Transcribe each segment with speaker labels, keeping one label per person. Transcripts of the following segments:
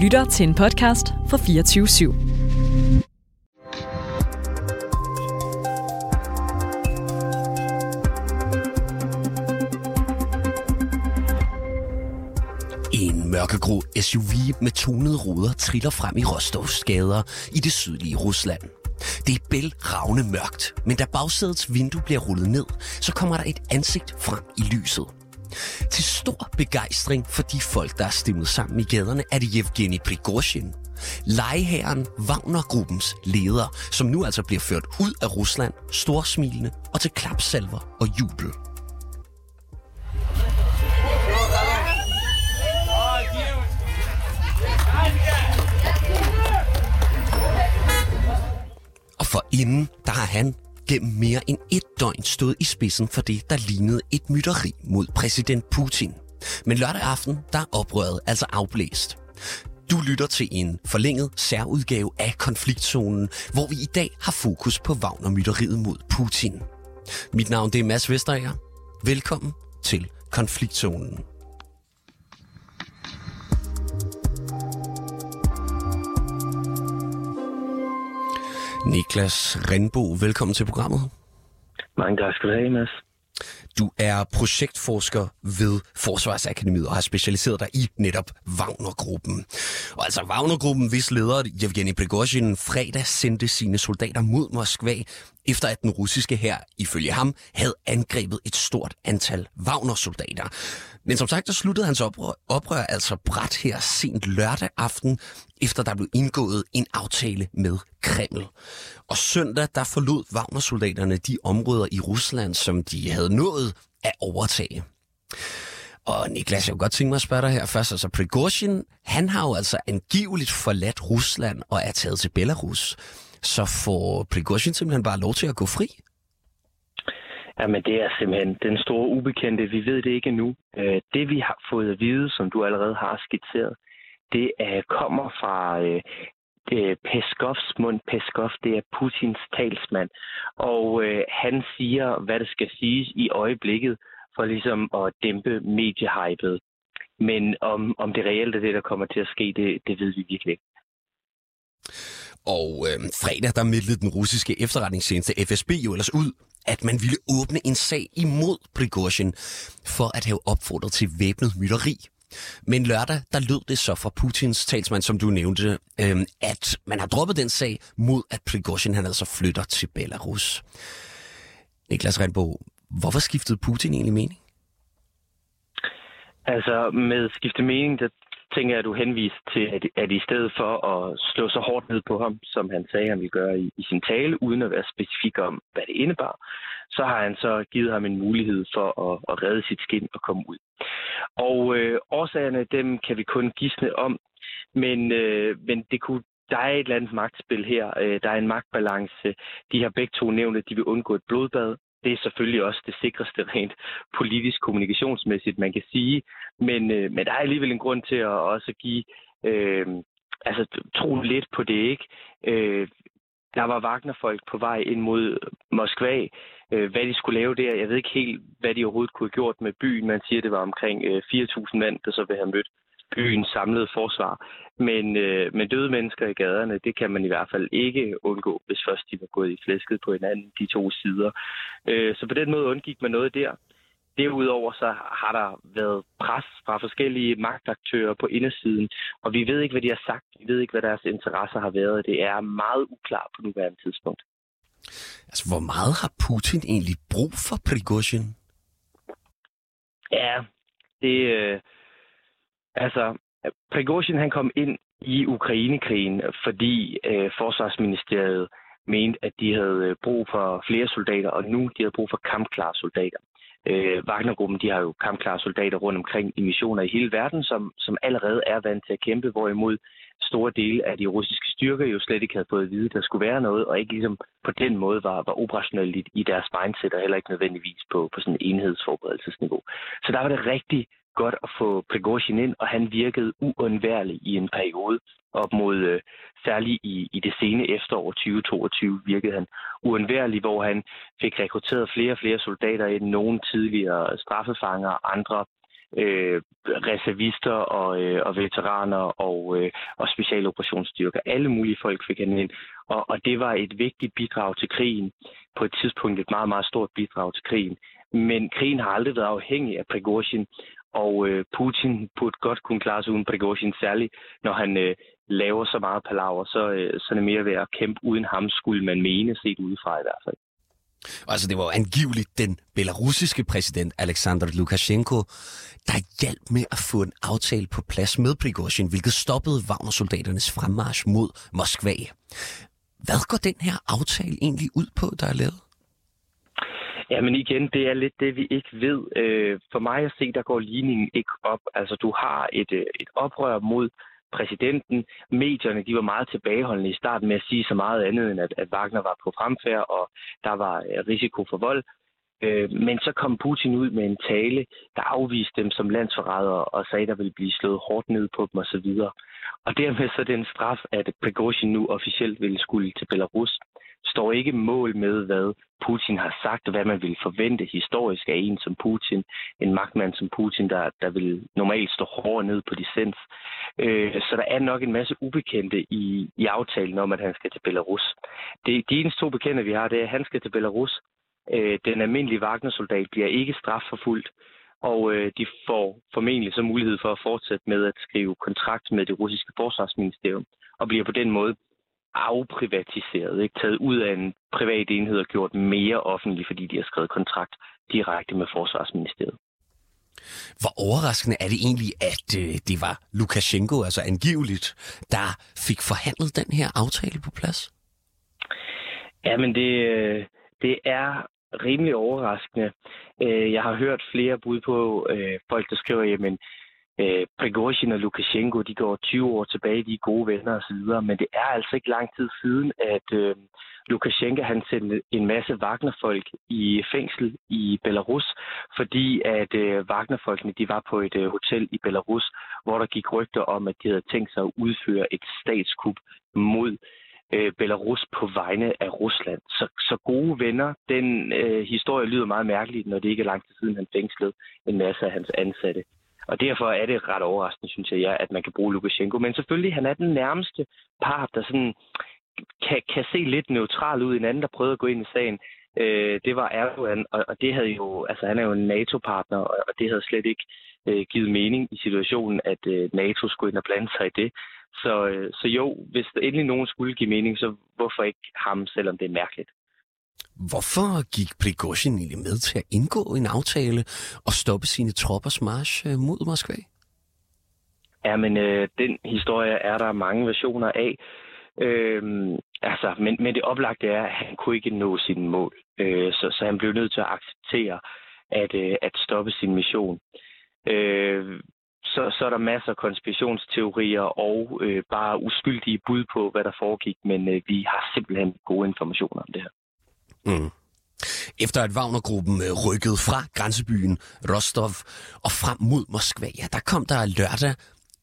Speaker 1: lytter til en podcast fra 24/7.
Speaker 2: En mørkegrå SUV med tonede ruder triller frem i Rostovs gader i det sydlige Rusland. Det er bælragende mørkt, men da bagsædets vindue bliver rullet ned, så kommer der et ansigt frem i lyset. Til stor begejstring for de folk, der er stimlet sammen i gaderne, er det Yevgeny Prigozhin, lejeherren Wagner-gruppens leder, som nu altså bliver ført ud af Rusland, storsmilende og til klapsalver og jubel. Og forinden, der har han gennem mere end et døgn stået i spidsen for det, der lignede et mytteri mod præsident Putin. Men lørdag aften, der er oprøret altså afblæst. Du lytter til en forlænget særudgave af konfliktzonen, hvor vi i dag har fokus på Wagner-mytteriet mod Putin. Mit navn det er Mads Vesterager. Velkommen til konfliktzonen. Niklas Rindbo, velkommen til programmet.
Speaker 3: Mange tak skal du have, Mads.
Speaker 2: Du er projektforsker ved Forsvarsakademiet og har specialiseret dig i netop Wagner-gruppen. Og altså Wagner-gruppen, hvis leder Yevgeny Prigozhin fredag sendte sine soldater mod Moskva, efter at den russiske hær, ifølge ham, havde angrebet et stort antal Wagner-soldater. Men som sagt, der sluttede hans oprør altså brat her sent lørdag aften, efter der blev indgået en aftale med Kreml. Og søndag, der forlod Wagner-soldaterne de områder i Rusland, som de havde nået at overtage. Og Niklas, jeg kunne godt tænke mig at spørge dig her først. Altså Prigozhin, han har jo altså angiveligt forladt Rusland og er taget til Belarus. Så får Prigozhin simpelthen bare lov til at gå fri?
Speaker 3: Jamen, det er simpelthen den store ubekendte. Vi ved det ikke endnu. Det, vi har fået at vide, som du allerede har skitseret, det kommer fra Peskovs mund. Peskov, det er Putins talsmand. Og han siger, hvad der skal siges i øjeblikket, for ligesom at dæmpe mediehypet. Men om det reelt er det, der kommer til at ske, det ved vi virkelig ikke.
Speaker 2: Og fredag, der meldte den russiske efterretningstjeneste FSB jo ellers ud, at man ville åbne en sag imod Prigozhin for at have opfordret til væbnet mytteri. Men lørdag, der lød det så fra Putins talsmand, som du nævnte, at man har droppet den sag mod, at Prigozhin han altså flytter til Belarus. Niklas Rindbo, hvorfor skiftede Putin egentlig mening?
Speaker 3: Altså med skifte mening, der tænker jeg, at du henviste til, at i stedet for at slå så hårdt ned på ham, som han sagde, han ville gøre i sin tale, uden at være specifik om, hvad det indebar, så har han så givet ham en mulighed for at redde sit skind og komme ud. Og årsagerne, dem kan vi kun gisne om, men der er et eller andet magtspil her. Der er en magtbalance. De har begge to nævnt, at de vil undgå et blodbad. Det er selvfølgelig også det sikreste rent politisk kommunikationsmæssigt, man kan sige. Men der er alligevel en grund til at også give, tro lidt på det, ikke? Der var Wagner-folk på vej ind mod Moskva. Hvad de skulle lave der, jeg ved ikke helt, hvad de overhovedet kunne have gjort med byen. Man siger, det var omkring 4.000 mand, der så vil have mødt byens samlede forsvar. Men døde mennesker i gaderne, det kan man i hvert fald ikke undgå, hvis først de var gået i flæsket på hinanden, de to sider. Så på den måde undgik man noget der. Derudover så har der været pres fra forskellige magtaktører på indersiden, og vi ved ikke, hvad de har sagt. Vi ved ikke, hvad deres interesser har været. Det er meget uklart på nuværende tidspunkt.
Speaker 2: Altså, hvor meget har Putin egentlig brug for Prigozhin?
Speaker 3: Ja, Prigozhin han kom ind i Ukrainekrigen, fordi Forsvarsministeriet mente, at de havde brug for flere soldater, og nu de havde brug for kampklare soldater. Wagner-gruppen, de har jo kampklare soldater rundt omkring i missioner i hele verden, som allerede er vant til at kæmpe, hvorimod store dele af de russiske styrker jo slet ikke havde fået at vide, at der skulle være noget, og ikke ligesom på den måde var operationelt i deres mindset, og heller ikke nødvendigvis på sådan en enhedsforberedelsesniveau. Så der var det rigtig godt at få Prigozhin ind, og han virkede uundværlig i en periode op mod, særligt i det sene efterår 2022, virkede han uundværlig, hvor han fik rekrutteret flere og flere soldater ind, nogle tidligere straffefanger, andre reservister og veteraner og specialoperationsstyrker. Alle mulige folk fik han ind, og det var et vigtigt bidrag til krigen. På et tidspunkt et meget, meget stort bidrag til krigen. Men krigen har aldrig været afhængig af Prigozhin, og Putin burde godt kunne klare sig uden Prigozhin, særligt når han laver så meget palaver, så er det mere ved at kæmpe uden ham, skulle man mene, set udefra i hvert fald.
Speaker 2: Altså, det var jo angiveligt den belarusiske præsident Alexander Lukashenko, der hjalp med at få en aftale på plads med Prigozhin, hvilket stoppede Wagner-soldaternes fremmarch mod Moskva. Hvad går den her aftale egentlig ud på, der er lavet?
Speaker 3: Jamen igen, det er lidt det, vi ikke ved. For mig at se, der går ligningen ikke op. Altså, du har et oprør mod præsidenten. Medierne, de var meget tilbageholdende i starten med at sige så meget andet, end at Wagner var på fremfærd, og der var risiko for vold. Men så kom Putin ud med en tale, der afviste dem som landsforrædere og sagde, der ville blive slået hårdt ned på dem osv. Og dermed så den straf, at Prigozhin nu officielt ville skulle til Belarus, står ikke mål med, hvad Putin har sagt, og hvad man ville forvente historisk af en som Putin, en magtmand som Putin, der vil normalt stå hårdere ned på dissens. Så der er nok en masse ubekendte i aftalen om, at han skal til Belarus. De eneste to bekendte, vi har, det er, at han skal til Belarus. Den almindelige Wagner-soldat bliver ikke strafforfulgt, og de får formentlig så mulighed for at fortsætte med at skrive kontrakt med det russiske forsvarsministerium, og bliver på den måde afprivatiseret, ikke taget ud af en privat enhed og gjort mere offentlig, fordi de har skrevet kontrakt direkte med forsvarsministeriet.
Speaker 2: Hvor overraskende er det egentlig, at det var Lukashenko, altså angiveligt, der fik forhandlet den her aftale på plads?
Speaker 3: Jamen, det er rimelig overraskende. Jeg har hørt flere bud på folk, der skriver, jamen, Prigozhin og Lukashenko, de går 20 år tilbage, de er gode venner osv., men det er altså ikke lang tid siden, at Lukashenko han sendte en masse Wagner-folk i fængsel i Belarus, fordi at Wagner-folkene de var på et hotel i Belarus, hvor der gik rygter om, at de havde tænkt sig at udføre et statskup mod Belarus på vegne af Rusland. Så gode venner, den historie lyder meget mærkeligt, når det ikke er lang tid siden, han fængslede en masse af hans ansatte. Og derfor er det ret overraskende, synes jeg, at man kan bruge Lukashenko. Men selvfølgelig, han er den nærmeste part, der sådan kan se lidt neutral ud. En anden, der prøvede at gå ind i sagen, det var Erdogan. Og det havde jo, altså han er jo en NATO-partner, og det havde slet ikke givet mening i situationen, at NATO skulle ind og blande sig i det. Så jo, hvis der endelig nogen skulle give mening, så hvorfor ikke ham, selvom det er mærkeligt?
Speaker 2: Hvorfor gik Prigozhin egentlig med til at indgå en aftale og stoppe sine troppers march mod Moskva? Jamen,
Speaker 3: den historie er der mange versioner af. Men det oplagte er, at han kunne ikke nå sine mål. Så han blev nødt til at acceptere at stoppe sin mission. Så er der masser af konspirationsteorier og bare uskyldige bud på, hvad der foregik, men vi har simpelthen gode informationer om det her.
Speaker 2: Mm. Efter at Wagner-gruppen rykkede fra grænsebyen Rostov og frem mod Moskva, der kom der lørdag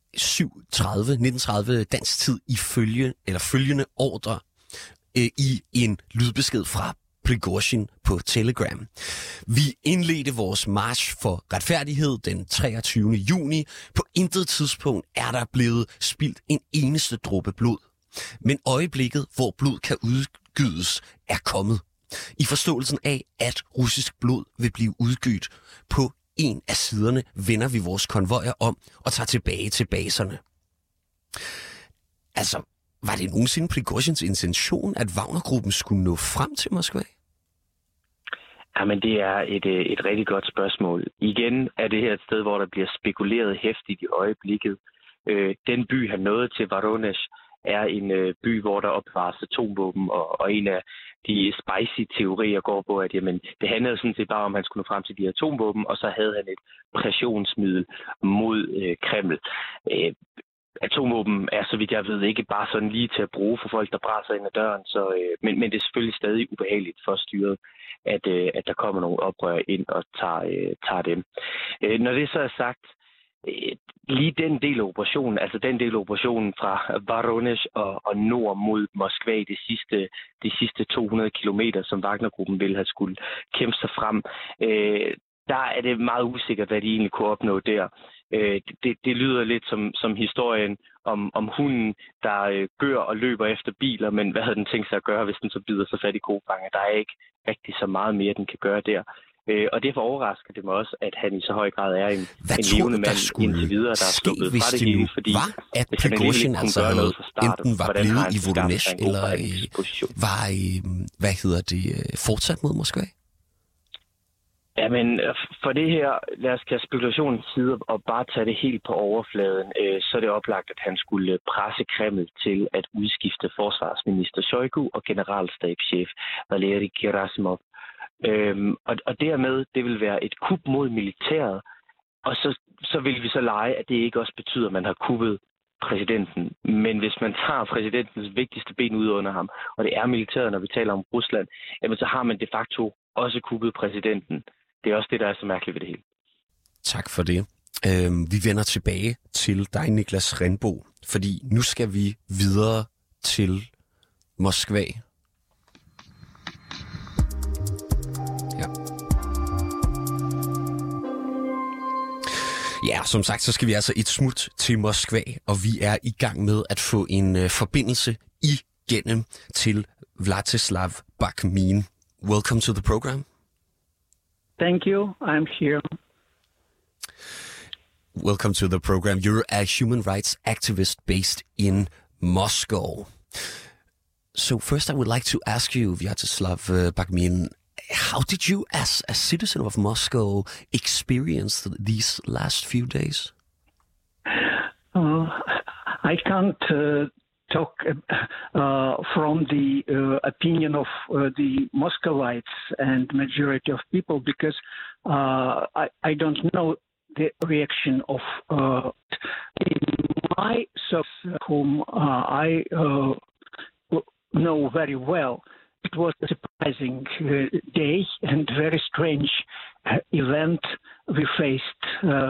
Speaker 2: 19:30 dansk tid følgende ordre i en lydbesked fra Prigozhin på Telegram. Vi indledte vores march for retfærdighed den 23. juni. På intet tidspunkt er der blevet spildt en eneste dråbe blod. Men øjeblikket, hvor blod kan udgydes, er kommet. I forståelsen af, at russisk blod vil blive udgydt på en af siderne, vender vi vores konvojer om og tager tilbage til baserne. Altså, var det nogensinde Prigozhins intention, at Wagner-gruppen skulle nå frem til Moskva?
Speaker 3: Jamen, det er et rigtig godt spørgsmål. Igen er det her et sted, hvor der bliver spekuleret heftigt i øjeblikket. Den by, han nåede til, Voronezh, er en by, hvor der opbevares atomvåben, og en af de spicy teorier går på, at jamen, det handlede sådan set bare om, at han skulle nå frem til de atomvåben, og så havde han et pressionsmiddel mod Kreml. Atomvåben er, så vidt jeg ved, ikke bare sådan lige til at bruge for folk, der brænder ind ad døren, men det er selvfølgelig stadig ubehageligt for styret, at der kommer nogle oprør ind og tager dem. Når det så er sagt, lige den del af operationen, altså den del af operationen fra Voronezh og nord mod Moskva, de sidste 200 kilometer, som Wagner-gruppen ville have skulle kæmpe sig frem, der er det meget usikkert, hvad de egentlig kunne opnå der. Det lyder lidt som historien om hunden, der gør og løber efter biler, men hvad havde den tænkt sig at gøre, hvis den så bider sig fat i kofanger? Der er ikke rigtig så meget mere, den kan gøre der. Og derfor overrasker det mig også, at han i så høj grad er en levende mand indtil videre, der er sluppet fra det hele, fordi
Speaker 2: at Prigozhin altså enten var blevet i Voronezh, eller var fortsat mod Moskva?
Speaker 3: Jamen, for det her, lad os kaste spekulationens side og bare tage det helt på overfladen, så er det oplagt, at han skulle presse Kreml til at udskifte forsvarsminister Shoigu og generalstabschef Valery Gerasimov. Og dermed, det vil være et kup mod militæret, og så vil vi så lege, at det ikke også betyder, at man har kuppet præsidenten. Men hvis man tager præsidentens vigtigste ben ud under ham, og det er militæret, når vi taler om Rusland, jamen så har man de facto også kuppet præsidenten. Det er også det, der er så mærkeligt ved det hele.
Speaker 2: Tak for det. Vi vender tilbage til dig, Niklas Rindbo, fordi nu skal vi videre til Moskva. Ja, som sagt, så skal vi altså et smut til Moskva, og vi er i gang med at få en forbindelse igennem til Vladislav Bakhmin. Welcome to the program.
Speaker 4: Thank you. I'm here.
Speaker 2: Welcome to the program. You're a human rights activist based in Moscow. So first I would like to ask you, Vladislav Bakhmin, how did you, as a citizen of Moscow, experience these last few days?
Speaker 4: I can't talk from the opinion of the Muscovites and majority of people because I don't know the reaction of in my source, whom I know very well. It was a surprising day and very strange event we faced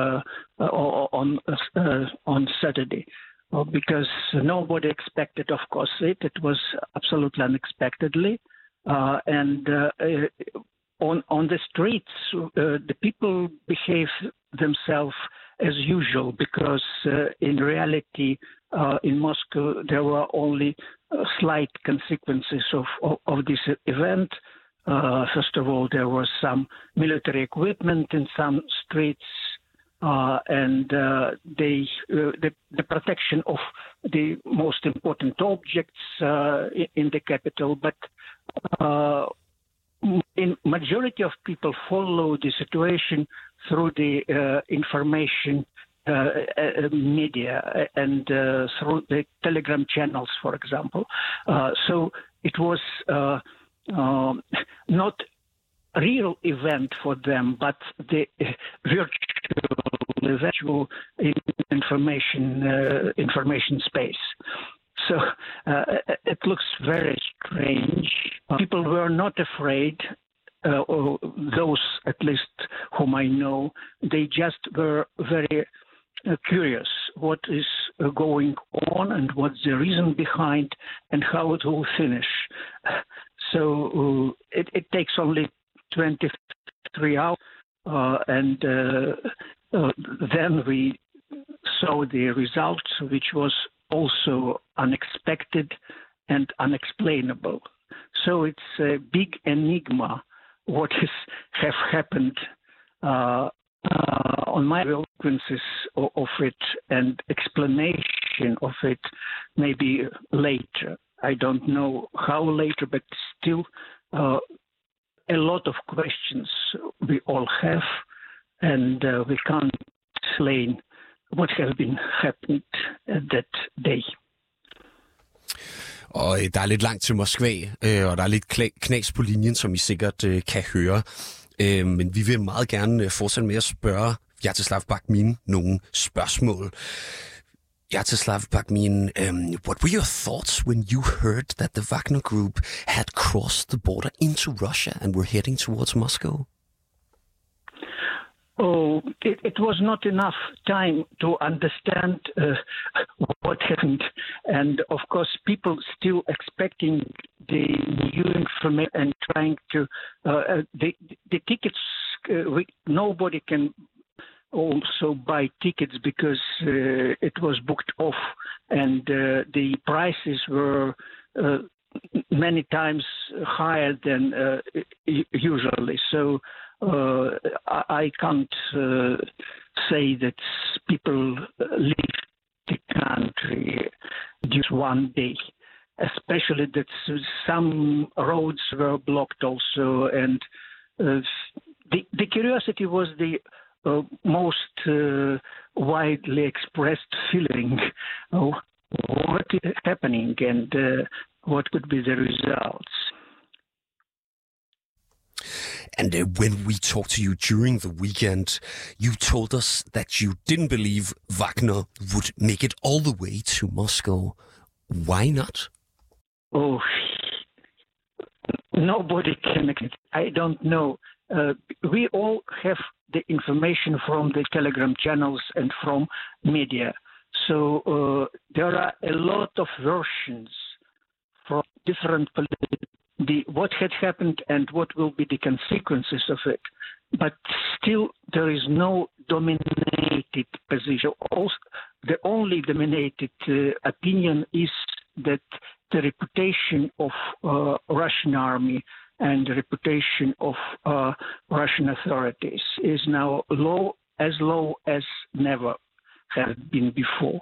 Speaker 4: on Saturday. Because nobody expected, of course, it. It was absolutely unexpectedly. And on the streets, the people behave themselves as usual because in reality, in Moscow, there were only slight consequences of this event. First of all, there was some military equipment in some streets, and the protection of the most important objects in the capital. But in majority of people follow the situation through the information media and through the Telegram channels, for example. So it was not a real event for them, but the virtual information space. So it looks very strange. People were not afraid. Or those, at least whom I know, they just were very curious what is going on and what's the reason behind and how it will finish. So it takes only 23 hours and then we saw the results, which was also unexpected and unexplainable. So it's a big enigma what have happened on my eloquences of it and explanation of it maybe later. I don't know how later, but still a lot of questions we all have, and we can't explain what has been happened that day.
Speaker 2: Og der er lidt langt til Moskva, og der er lidt knas på linjen, som I sikkert kan høre. Men vi vil meget gerne fortsætte med at spørge Vladislav Bakhmin nogle spørgsmål. Vladislav Bakhmin, what were your thoughts when you heard that the Wagner Group had crossed the border into Russia and were heading towards Moscow?
Speaker 4: Oh, it was not enough time to understand what happened. And of course, people still expecting the new information and trying to... the tickets nobody can also buy tickets because it was booked off, and the prices were many times higher than usually. So I can't say that people leave the country just one day, especially that some roads were blocked also, and the curiosity was the most widely expressed feeling of what is happening and what could be the results.
Speaker 2: And when we talked to you during the weekend, you told us that you didn't believe Wagner would make it all the way to Moscow. Why not?
Speaker 4: Oh, nobody can. I don't know. We all have the information from the Telegram channels and from media. So there are a lot of versions from different what had happened and what will be the consequences of it. But still, there is no dominated position. Also, the only dominated opinion is that the reputation of Russian army and the reputation of Russian authorities is now low as never have been before.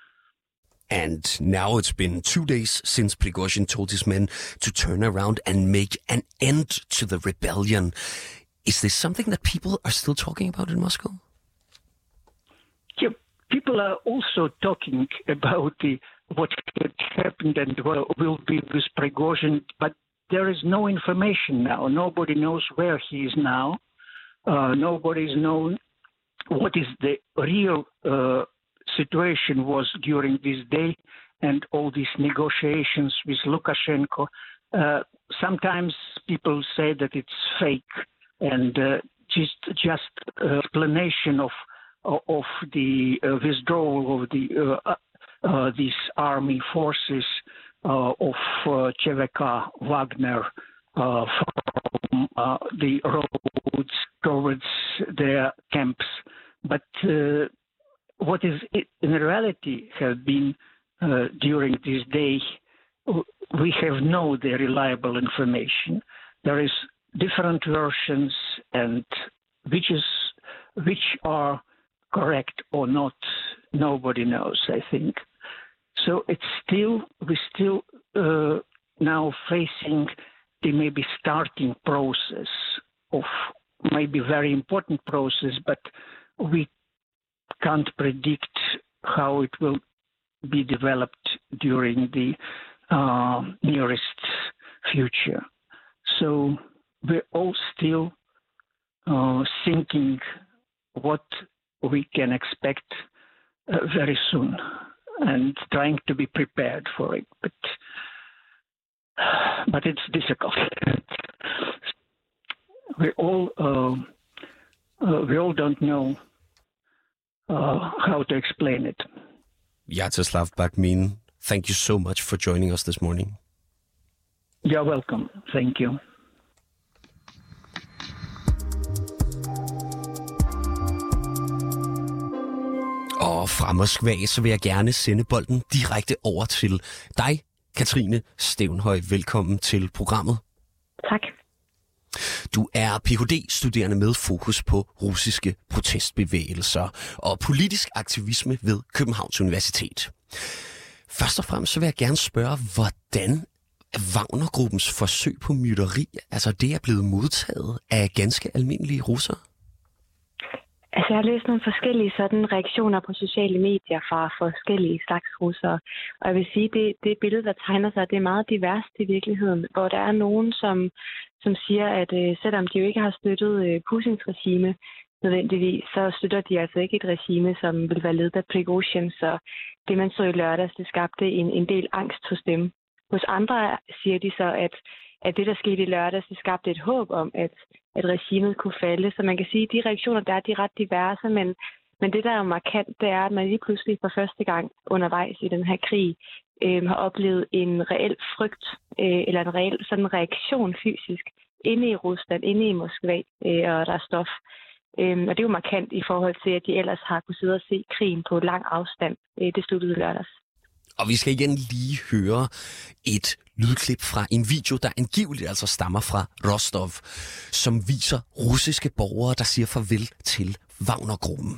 Speaker 2: And now it's been 2 days since Prigozhin told his men to turn around and make an end to the rebellion. Is this something that people are still talking about in Moscow?
Speaker 4: Yeah, people are also talking about what had happened and will be with Prigozhin, but there is no information now. Nobody knows where he is now. Nobody's known what is the real situation was during this day and all these negotiations with Lukashenko. Sometimes people say that it's fake and just explanation of the withdrawal of these army forces of ČVK Wagner from the roads towards their camps. But what is in reality have been during this day, we have no the reliable information. There is different versions, and which are correct or not, nobody knows, I think. So we're still now facing the maybe starting process of maybe very important process, but we can't predict how it will be developed during the nearest future. So we're all still thinking what we can expect very soon and trying to be prepared for it. But it's difficult. We all don't know how to explain it.
Speaker 2: Yaroslav Bakhmin, thank you so much for joining us this morning.
Speaker 4: You're welcome. Thank you.
Speaker 2: Og fra Moskva, så vil jeg gerne sende bolden direkte over til dig, Katrine Stevnhøj. Velkommen til programmet.
Speaker 5: Tak.
Speaker 2: Du er Ph.D.-studerende med fokus på russiske protestbevægelser og politisk aktivisme ved Københavns Universitet. Først og fremmest så vil jeg gerne spørge, hvordan Wagner-gruppens forsøg på mytteri, altså det er blevet modtaget af ganske almindelige russere?
Speaker 5: Altså, jeg har læst nogle forskellige sådan reaktioner på sociale medier fra forskellige slags russere. Og jeg vil sige, det billede, der tegner sig, det er meget diverst i virkeligheden, hvor der er nogen, som siger, at selvom de jo ikke har støttet Putins regime nødvendigvis, så støtter de altså ikke et regime, som vil være ledet af Prigozhin. Så det, man så i lørdags, det skabte en del angst hos dem. Hos andre siger de så, at det, der skete i lørdags, det skabte et håb om, at regimet kunne falde. Så man kan sige, at de reaktioner, der er, de er ret diverse, men det, der er markant, det er, at man lige pludselig for første gang undervejs i den her krig har oplevet en reel frygt, eller en reel sådan reaktion fysisk inde i Rusland, inde i Moskva og Rostov. Og det er jo markant i forhold til, at de ellers har kunnet sidde og se krigen på lang afstand. Det sluttede lørdags.
Speaker 2: Og vi skal igen lige høre et lydklip fra en video, der angiveligt altså stammer fra Rostov, som viser russiske borgere, der siger farvel til Wagner-gruppen.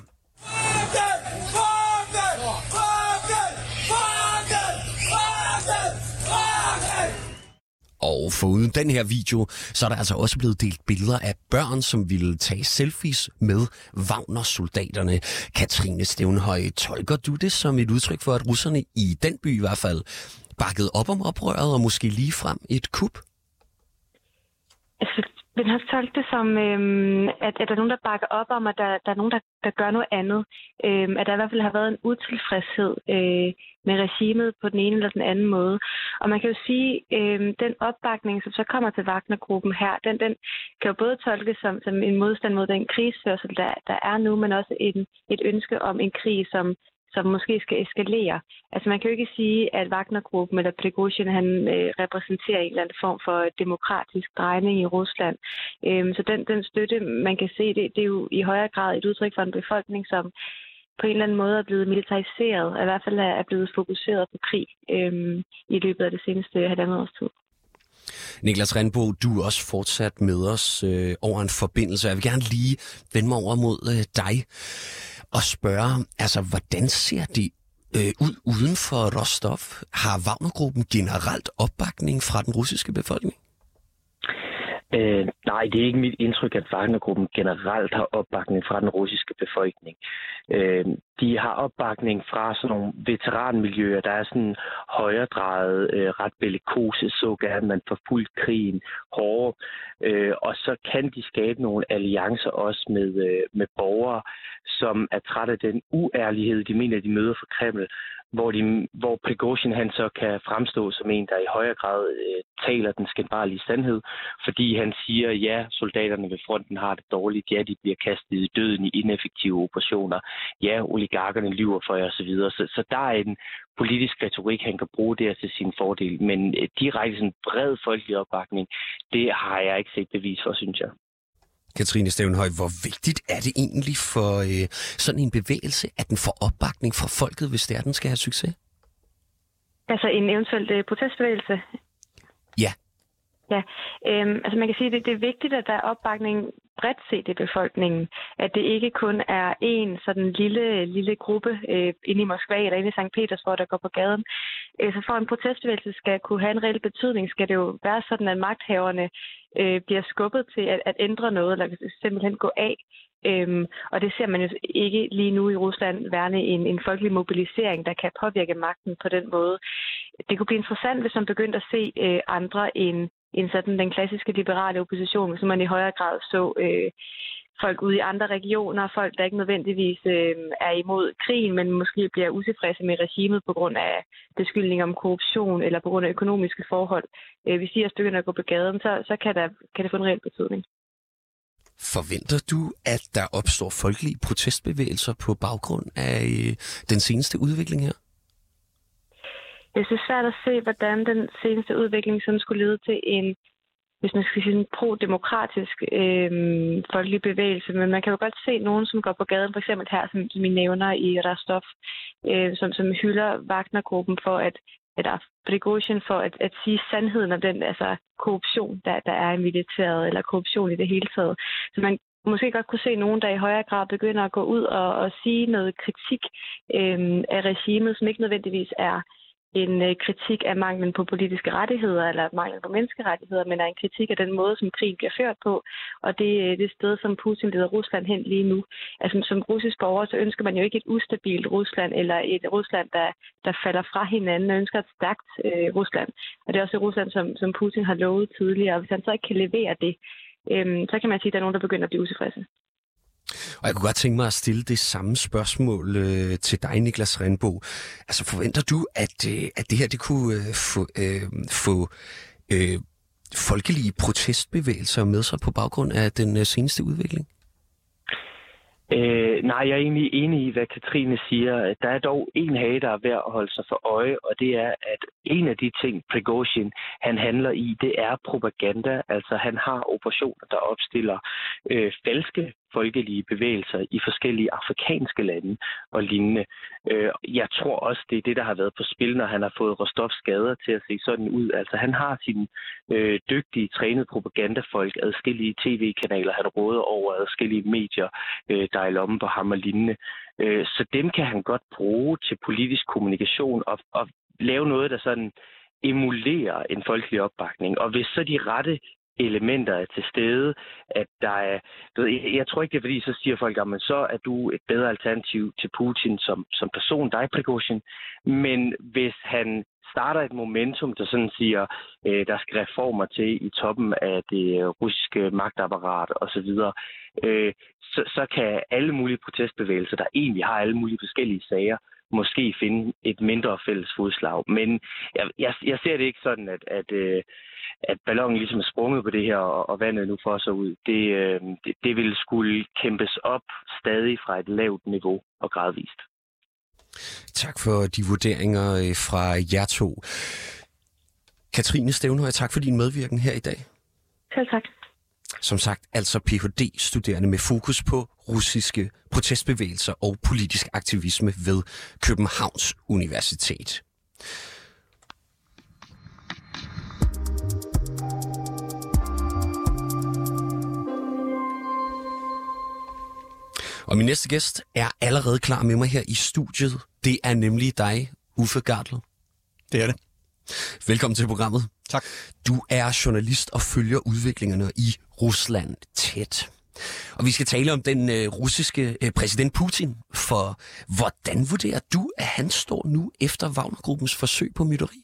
Speaker 2: Og foruden den her video, så er der altså også blevet delt billeder af børn, som ville tage selfies med Wagner-soldaterne. Katrine Stevnhøj, tolker du det som et udtryk for, at russerne i den by i hvert fald bakkede op om oprøret og måske ligefrem et kup?
Speaker 5: Altså, jeg har tolket det som, at der er nogen, der bakker op om, at der er nogen, der gør noget andet. At der i hvert fald har været en utilfredshed med regimet på den ene eller den anden måde. Og man kan jo sige, den opbakning, som så kommer til Wagner-gruppen her, den kan jo både tolkes som en modstand mod den krigsførsel, der er nu, men også et ønske om en krig, som måske skal eskalere. Altså man kan jo ikke sige, at Wagner-gruppen eller Prigozhin, han repræsenterer en eller anden form for demokratisk drejning i Rusland. Så den støtte, man kan se, det er jo i højere grad et udtryk for en befolkning, som på en eller anden måde er blevet militariseret, og i hvert fald er blevet fokuseret på krig i løbet af det seneste halvandet års tid.
Speaker 2: Niklas Rindbo, du er også fortsat med os over en forbindelse. Jeg vil gerne lige vende mig over mod dig og spørge, altså hvordan ser det ud uden for Rostov? Har Wagner-gruppen generelt opbakning fra den russiske befolkning?
Speaker 3: Nej, det er ikke mit indtryk, at Wagner-gruppen generelt har opbakning fra den russiske befolkning. De har opbakning fra sådan nogle veteranmiljøer, der er sådan højredrejet, ret bellikose, så gerne man forfulgt krigen hårdere. Og så kan de skabe nogle alliancer også med borgere, som er trætte af den uærlighed, de mener, de møder fra Kreml, hvor Prigozhin han så kan fremstå som en, der i højere grad taler den skandalige sandhed, fordi han siger, ja, soldaterne ved fronten har det dårligt, ja, de bliver kastet i døden i ineffektive operationer, ja, oligarkerne lyver for jer osv. Så der er en politisk retorik, han kan bruge der til sin fordel, men direkte sådan bred folkelig opbakning, det har jeg ikke set bevis for, synes jeg.
Speaker 2: Katrine Stevnhøj, hvor vigtigt er det egentlig for sådan en bevægelse, at den får opbakning fra folket, hvis det er, den skal have succes?
Speaker 5: Altså en eventuel protestbevægelse?
Speaker 2: Ja.
Speaker 5: Ja, altså man kan sige, at det er vigtigt, at der er opbakning bredt set i befolkningen. At det ikke kun er en sådan lille gruppe inde i Moskva eller inde i St. Petersborg, der går på gaden. Så for en protestbevægelse skal kunne have en reel betydning, skal det jo være sådan, at magthaverne bliver skubbet til at ændre noget, eller simpelthen gå af. Og det ser man jo ikke lige nu i Rusland værende en folkelig mobilisering, der kan påvirke magten på den måde. Det kunne blive interessant, hvis man begyndte at se andre end sådan den klassiske liberale opposition, hvis man i højere grad så folk ude i andre regioner, folk, der ikke nødvendigvis er imod krigen, men måske bliver utilfredse med regimet på grund af beskyldninger om korruption eller på grund af økonomiske forhold. Hvis de også begynder at gå på gaden, så kan det få en reel betydning.
Speaker 2: Forventer du, at der opstår folkelige protestbevægelser på baggrund af den seneste udvikling her?
Speaker 5: Jeg synes svært at se, hvordan den seneste udvikling sådan skulle lede til en, hvis man skal sige, en pro-demokratisk folkelig bevægelse. Men man kan jo godt se nogen, som går på gaden, for eksempel her, som I nævner i Rostov, som hylder Wagner-gruppen for at Prigozhin for at sige sandheden om den korruption, der er i militæret, eller korruption i det hele taget. Så man måske godt kunne se nogen, der i højere grad begynder at gå ud og sige noget kritik af regimet, som ikke nødvendigvis er en kritik af manglen på politiske rettigheder eller manglen på menneskerettigheder, men er en kritik af den måde, som krigen bliver ført på, og det sted, som Putin leder Rusland hen lige nu. Altså som russisk borger, så ønsker man jo ikke et ustabilt Rusland eller et Rusland, der falder fra hinanden, og ønsker et stærkt Rusland. Og det er også et Rusland, som Putin har lovet tidligere, og hvis han så ikke kan levere det, så kan man sige, at der er nogen, der begynder at blive utilfredse.
Speaker 2: Og jeg kunne godt tænke mig at stille det samme spørgsmål til dig, Niklas Rindbo. Altså forventer du, at det her det kunne få folkelige protestbevægelser med sig på baggrund af den seneste udvikling?
Speaker 3: Nej, jeg er egentlig enig i, hvad Katrine siger. Der er dog en hage, der er værd at holde sig for øje, og det er, at en af de ting, Prigozhin, han handler i, det er propaganda. Altså, han har operationer, der opstiller falske folkelige bevægelser i forskellige afrikanske lande og lignende. Jeg tror også, det er det, der har været på spil, når han har fået Rostovs gader til at se sådan ud. Altså, han har sine dygtige, trænede propagandafolk, adskillige tv-kanaler, han råder over, adskillige medier, der er i lommen på ham og lignende. Så dem kan han godt bruge til politisk kommunikation og lave noget, der sådan emulerer en folkelig opbakning. Og hvis så de rette elementer er til stede, at der er... Jeg tror ikke, det er fordi, så siger folk, at så er du et bedre alternativ til Putin som person, dig, Prigozhin. Men hvis han starter et momentum, der sådan siger, der skal reformer til i toppen af det russiske magtapparat osv., så kan alle mulige protestbevægelser, der egentlig har alle mulige forskellige sager, måske finde et mindre fælles fodslag. Men jeg ser det ikke sådan, at ballonen ligesom er sprunget på det her, og vandet nu får sig ud. Det vil skulle kæmpes op stadig fra et lavt niveau og gradvist.
Speaker 2: Tak for de vurderinger fra jer to. Katrine Stævnhøj, tak for din medvirken her i dag.
Speaker 5: Selv tak.
Speaker 2: Som sagt, altså Ph.D.-studerende med fokus på russiske protestbevægelser og politisk aktivisme ved Københavns Universitet. Og min næste gæst er allerede klar med mig her i studiet. Det er nemlig dig, Uffe Gardl.
Speaker 6: Det er det.
Speaker 2: Velkommen til programmet.
Speaker 6: Tak.
Speaker 2: Du er journalist og følger udviklingerne i Rusland tæt. Og vi skal tale om den russiske præsident Putin. For hvordan vurderer du, at han står nu efter Wagner-gruppens forsøg på mytteri?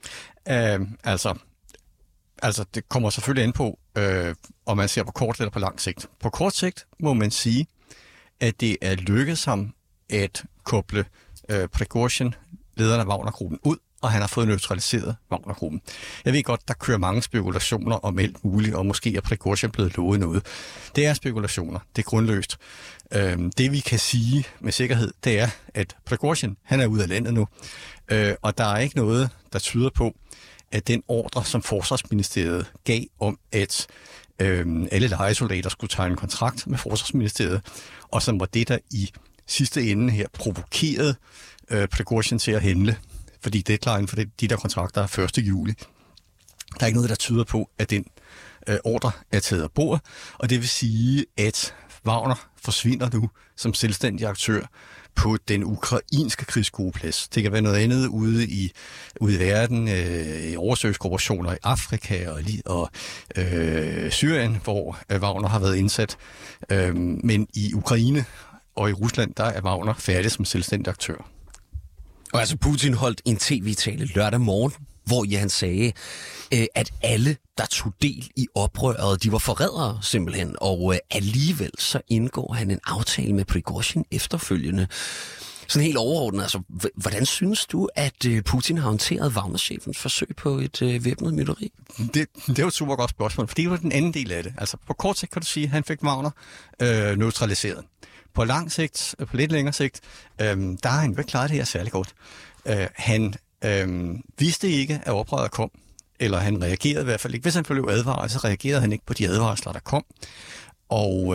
Speaker 6: Altså, det kommer selvfølgelig ind på, om man ser på kort eller på lang sigt. På kort sigt må man sige, at det er lykkedes ham at koble Prigozhin, lederen af Wagner-gruppen, ud, og han har fået neutraliseret Wagner-gruppen. Jeg ved godt, der kører mange spekulationer om alt muligt, og måske er Prigozhin blevet lovet noget. Det er spekulationer. Det er grundløst. Det vi kan sige med sikkerhed, det er, at Prigozhin, han er ude af landet nu, og der er ikke noget, der tyder på, at den ordre, som Forsvarsministeriet gav om, at alle lejesoldater skulle tegne en kontrakt med Forsvarsministeriet, og som var det, der i sidste ende her provokerede Prigozhin til at handle, fordi deadline for de der kontrakter er 1. juli. Der er ikke noget, der tyder på, at den ordre er taget af bordet, og det vil sige, at Wagner forsvinder nu som selvstændig aktør på den ukrainske krigsskueplads. Det kan være noget andet ude i verden, i oversøgsoperationer i Afrika og Syrien, hvor Wagner har været indsat. Men i Ukraine og i Rusland, der er Wagner færdig som selvstændig aktør.
Speaker 2: Og altså Putin holdt en tv-tale lørdag morgen, hvor han sagde, at alle, der tog del i oprøret, de var forrædere simpelthen, og alligevel så indgår han en aftale med Prigozhin efterfølgende. Sådan helt overordnet, altså, hvordan synes du, at Putin har håndteret Wagner-chefens forsøg på et væbnet mytteri?
Speaker 6: Det er jo et super godt spørgsmål, for det var den anden del af det. Altså på kort sigt kan du sige, at han fik Wagner neutraliseret. På lang sigt, på lidt længere sigt, der har han ikke klaret det her særlig godt. Han vidste ikke, at oprøret kom, eller han reagerede i hvert fald ikke. Hvis han blev advaret, så reagerede han ikke på de advarsler, der kom. Og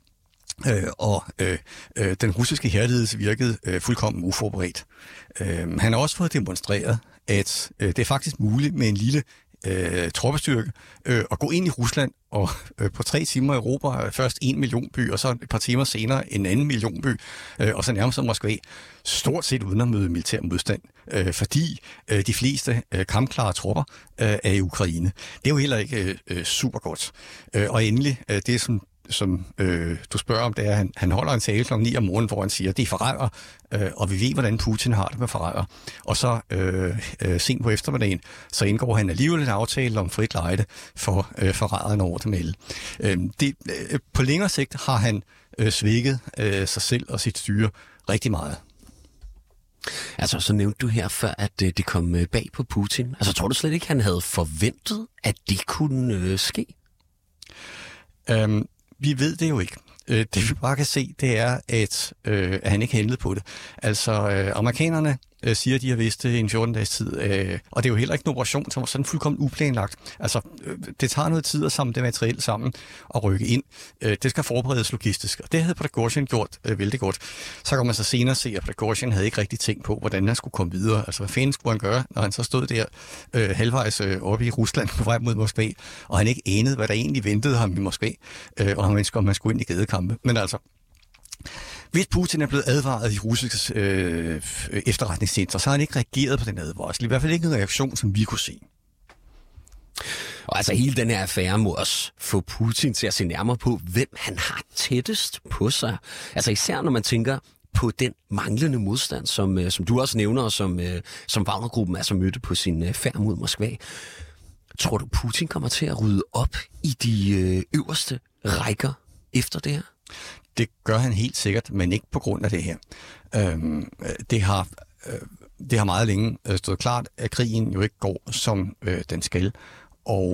Speaker 6: den russiske hærledelse virkede fuldkommen uforberedt. Han har også fået demonstreret, at det er faktisk muligt med en lille troppestyrke at gå ind i Rusland og på 3 timer i Europa først 1 million by, og så et par timer senere en anden million by, og så nærmest som Moskva, stort set uden at møde militær modstand, fordi de fleste kampklare tropper er i Ukraine. Det er jo heller ikke super godt. Og endelig, det som du spørger om, det er, at han holder en tale kl. 9 om morgenen, hvor han siger, at det er forræder, og vi ved, hvordan Putin har det med forræder. Og så sent på eftermiddagen, så indgår han alligevel en aftale om frit lejde for forræderne over det melde. På længere sigt har han svækket sig selv og sit styre rigtig meget.
Speaker 2: Altså, så nævnte du her før, at det kom bag på Putin. Altså, tror du slet ikke, han havde forventet, at det kunne ske?
Speaker 6: Vi ved det jo ikke. Det vi bare kan se, det er, at han ikke handlede på det. Altså, amerikanerne siger, at de har vidst det i en 14-dages tid, og det er jo heller ikke en operation, som var sådan fuldkommen uplanlagt. Altså, det tager noget tid at samle det materiale sammen og rykke ind. Det skal forberedes logistisk, og det havde Prigozhin gjort vældig godt. Så kan man så senere se, at Prigozhin havde ikke rigtig tænkt på, hvordan han skulle komme videre. Altså, hvad fanden skulle han gøre, når han så stod der halvvejs oppe i Rusland på vej mod Moskva, og han ikke anede, hvad der egentlig ventede ham i Moskva, og han ønskede, om man skulle ind i gadekampe. Men altså, hvis Putin er blevet advaret i russiske efterretningstjenester, så har han ikke reageret på den advarsel. I hvert fald ikke en reaktion, som vi kunne se.
Speaker 2: Og altså hele den her affære må også få Putin til at se nærmere på, hvem han har tættest på sig. Altså især når man tænker på den manglende modstand, som du også nævner, og som Wagner-gruppen altså mødte på sin færd mod Moskva. Tror du, Putin kommer til at rydde op i de øverste rækker efter det her?
Speaker 6: Det gør han helt sikkert, men ikke på grund af det her. Det har meget længe stået klart, at krigen jo ikke går, som den skal. Og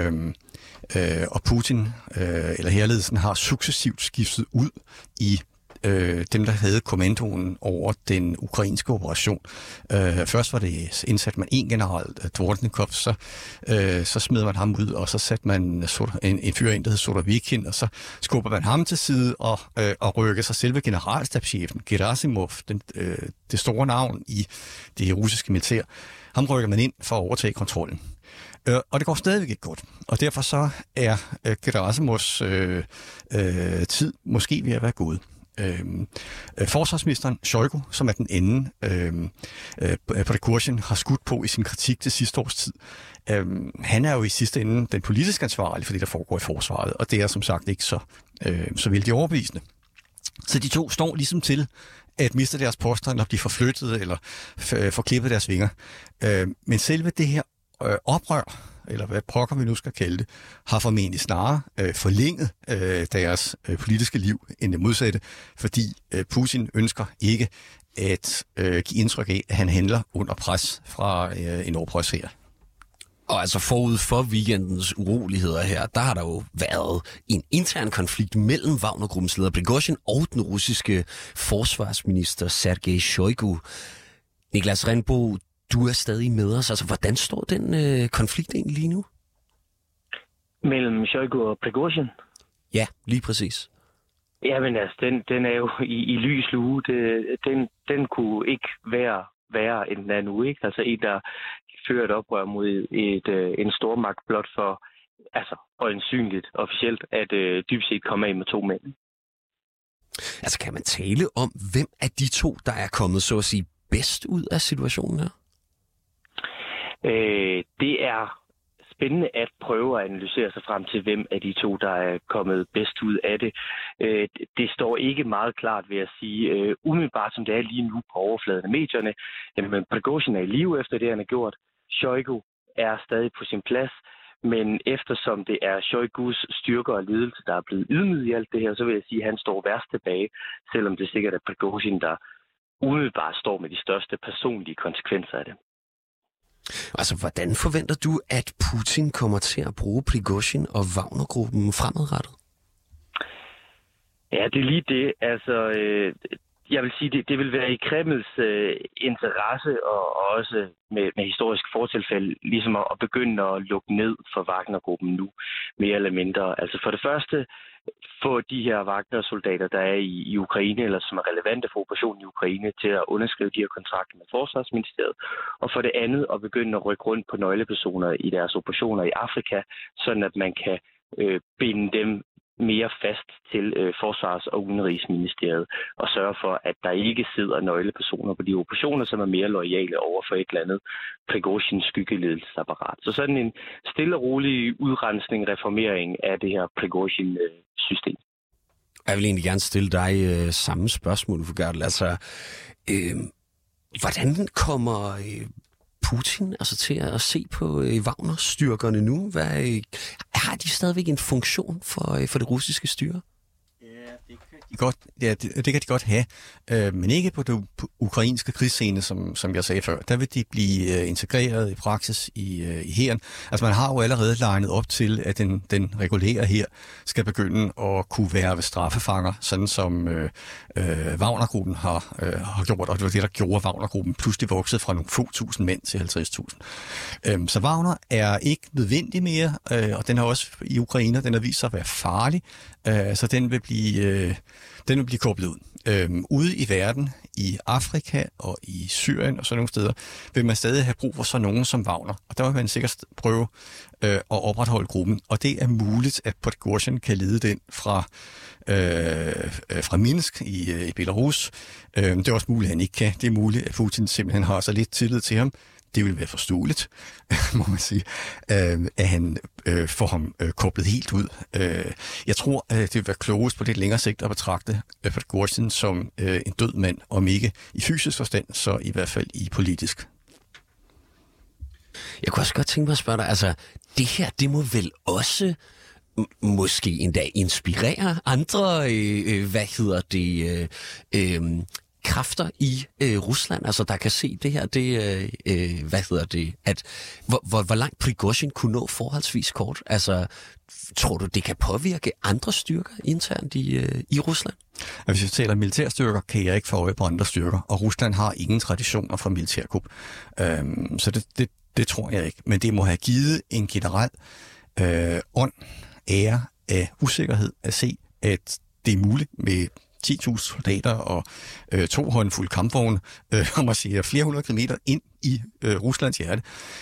Speaker 6: Putin, eller hærledelsen, har successivt skiftet ud i dem, der havde kommandoen over den ukrainske operation. Først var det indsat man en general, Dvornikov, så smed man ham ud, og så satte man en fyr ind, der hed Sotovikin, og så skubber man ham til side og rykker sig selve generalstabschefen, Gerasimov, det store navn i det russiske militær. Ham rykker man ind for at overtage kontrollen. Og det går stadigvæk ikke godt. Og derfor så er Gerasimovs tid måske ved at være gået. Forsvarsministeren Shoigu, som er den anden Prigozhin har skudt på i sin kritik til sidste års tid, han er jo i sidste ende den politisk ansvarlige for det, der foregår i forsvaret, og det er som sagt ikke så vældig overbevisende. Så de to står ligesom til at miste deres poster, eller blive forflyttet, eller få klippet deres vinger. Men selve det her oprør, eller hvad pokker vi nu skal kalde det, har formentlig snarere forlænget deres politiske liv end det modsatte, fordi Putin ønsker ikke at give indtryk af, at han handler under pres fra en oprørshær.
Speaker 2: Og altså forud for weekendens uroligheder her, der har der jo været en intern konflikt mellem Wagner-gruppens leder Prigozhin og den russiske forsvarsminister Sergej Shoigu. Niklas Rindbo, du er stadig med os. Altså, hvordan står den konflikt egentlig lige nu?
Speaker 3: Mellem Shoigu og Prigozhin?
Speaker 2: Ja, lige præcis.
Speaker 3: Jamen altså, den er jo i lys lue. Den kunne ikke være værre end den er nu, ikke? Altså en, der fører et oprør mod en stormagt blot for, altså øjensynligt officielt, at dybest set komme af med 2 mænd.
Speaker 2: Altså, kan man tale om, hvem af de to, der er kommet, så at sige, bedst ud af situationen her?
Speaker 3: Det er spændende at prøve at analysere sig frem til, hvem af de to, der er kommet bedst ud af det. Det står ikke meget klart, ved at sige, umiddelbart som det er lige nu på overfladen af medierne. Jamen, Prigozhin er i live efter det, han har gjort. Shoigu er stadig på sin plads. Men eftersom det er Shoigus styrker og ledelse, der er blevet ydmyget i alt det her, så vil jeg sige, at han står værst tilbage, selvom det sikkert er Prigozhin, der umiddelbart står med de største personlige konsekvenser af det.
Speaker 2: Altså, hvordan forventer du, at Putin kommer til at bruge Prigozhin og Wagner-gruppen fremadrettet?
Speaker 3: Ja, det er lige det. Altså, jeg vil sige, det vil være i Kremls interesse og også med historisk fortilfælde, ligesom at begynde at lukke ned for Wagner-gruppen nu, mere eller mindre. Altså for det første, få de her Wagner-soldater, der er i Ukraine, eller som er relevante for operationen i Ukraine, til at underskrive de her kontrakter med Forsvarsministeriet. Og for det andet, at begynde at rykke rundt på nøglepersoner i deres operationer i Afrika, sådan at man kan binde dem mere fast til Forsvars- og Udenrigsministeriet og sørge for, at der ikke sidder nøglepersoner på de operationer, som er mere loyale over for et eller andet Prigozhins skyggeledelsesapparat. Så sådan en stille og rolig udrensning, reformering af det her Prigozhin-system.
Speaker 2: Jeg vil egentlig gerne stille dig samme spørgsmål, Fugartel. Altså, hvordan kommer Putin altså til at se på Wagner-styrkerne nu? Har de stadigvæk en funktion for det russiske styre?
Speaker 6: Ja, det kan de godt have, men ikke på det ukrainske krigsscene, som jeg sagde før. Der vil de blive integreret i praksis i hæren. Altså man har jo allerede legnet op til, at den regulære her skal begynde at kunne være ved straffefanger, sådan som Wagnergruppen har gjort, og det var det, der gjorde Wagnergruppen pludselig vokset fra nogle få tusind mænd til 50.000. Så Wagner er ikke nødvendig mere, og den har også i Ukraine, den har vist sig at være farlig, så den vil blive koblet ud. Ude i verden, i Afrika og i Syrien og sådan nogle steder, vil man stadig have brug for sådan nogen som Wagner. Og der vil man sikkert prøve at opretholde gruppen. Og det er muligt, at Prigozhin kan lede den fra Minsk i Belarus. Det er også muligt, at han ikke kan. Det er muligt, at Putin simpelthen har så lidt tillid til ham. Det vil være forståeligt, må man sige, at han får ham koblet helt ud. Jeg tror, det vil være klogest på lidt længere sigt at betragte Prigozhin som en død mand, om ikke i fysisk forstand, så i hvert fald i politisk.
Speaker 2: Jeg kunne også godt tænke mig at spørge dig, altså det her, det må vel også måske endda inspirere andre, kræfter i Rusland, altså der kan se det her, hvor langt Prigozhin kunne nå forholdsvis kort. Altså, tror du, det kan påvirke andre styrker internt i Rusland?
Speaker 6: Hvis vi taler militærstyrker, kan jeg ikke få øje på andre styrker, og Rusland har ingen traditioner for militærkup. Så det tror jeg ikke. Men det må have givet en generel ære af usikkerhed at se, at det er muligt med 10.000 soldater og 2 håndfulde kampvogne, og man siger flere 100 kilometer ind i Ruslands hjerte.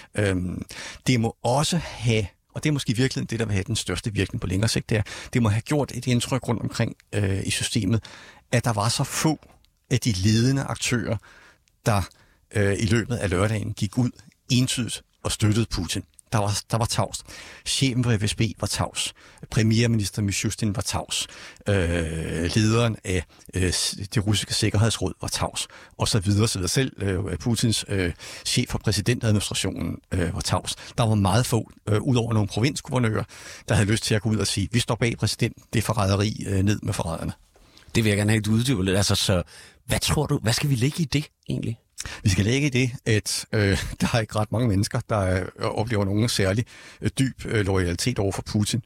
Speaker 6: Det må også have, og det er måske i virkeligheden det, der vil have den største virkning på længere sigt, det må have gjort et indtryk rundt omkring i systemet, at der var så få af de ledende aktører, der i løbet af lørdagen gik ud entydigt og støttede Putin. Der var tavs. Chefen på FSB var tavs. Premierminister Mishustin var tavs. Lederen af det russiske sikkerhedsråd var tavs. Og så videre. Selv Putins chef for præsidentadministrationen var tavs. Der var meget få, udover nogle provinsguvernører, der havde lyst til at gå ud og sige, vi står bag præsident, det er forræderi, ned med forræderne.
Speaker 2: Det vil jeg gerne have et uddybe lidt. Altså, så hvad tror du, hvad skal vi lægge i det egentlig?
Speaker 6: Vi skal lægge i det, at der er ikke ret mange mennesker, der oplever nogen særlig dyb loyalitet over for Putin.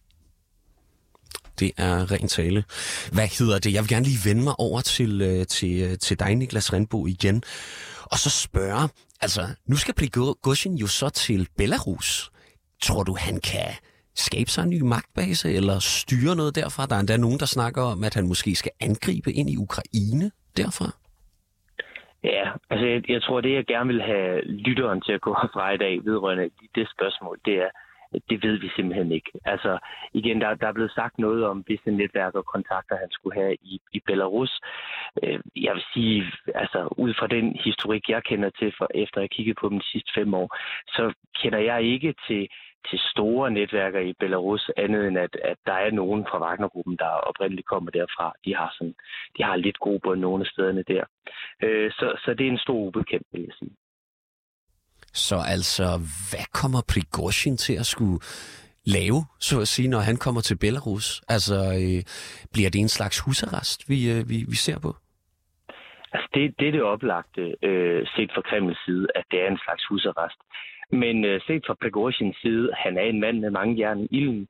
Speaker 2: Det er ren tale. Hvad hedder det? Jeg vil gerne lige vende mig over til dig, Niklas Rindbo, igen. Og så spørge, altså nu skal Prigozhin jo så til Belarus. Tror du, han kan skabe sig en ny magtbase eller styre noget derfra? Der er endda nogen, der snakker om, at han måske skal angribe ind i Ukraine derfra.
Speaker 3: Ja, altså jeg tror, det jeg gerne vil have lytteren til at gå fra i dag vedrørende det spørgsmål, det ved vi simpelthen ikke. Altså igen, der er blevet sagt noget om visse netværk og kontakter, han skulle have i Belarus. Jeg vil sige, altså ud fra den historik, jeg kender til, efter at have kigget på dem de sidste 5 år, så kender jeg ikke til store netværker i Belarus, andet end at der er nogen fra Wagnergruppen, der oprindeligt kommer derfra. De har lidt gode på nogle af stederne der. Så det er en stor ubekendt, vil jeg sige.
Speaker 2: Så altså, hvad kommer Prigozhin til at skulle lave, så at sige, når han kommer til Belarus? Altså, bliver det en slags husarrest, vi ser på?
Speaker 3: Altså, det er det oplagte, set fra Kremls side, at det er en slags husarrest. Men set fra Prigozhins side, han er en mand med mange jern i ilden,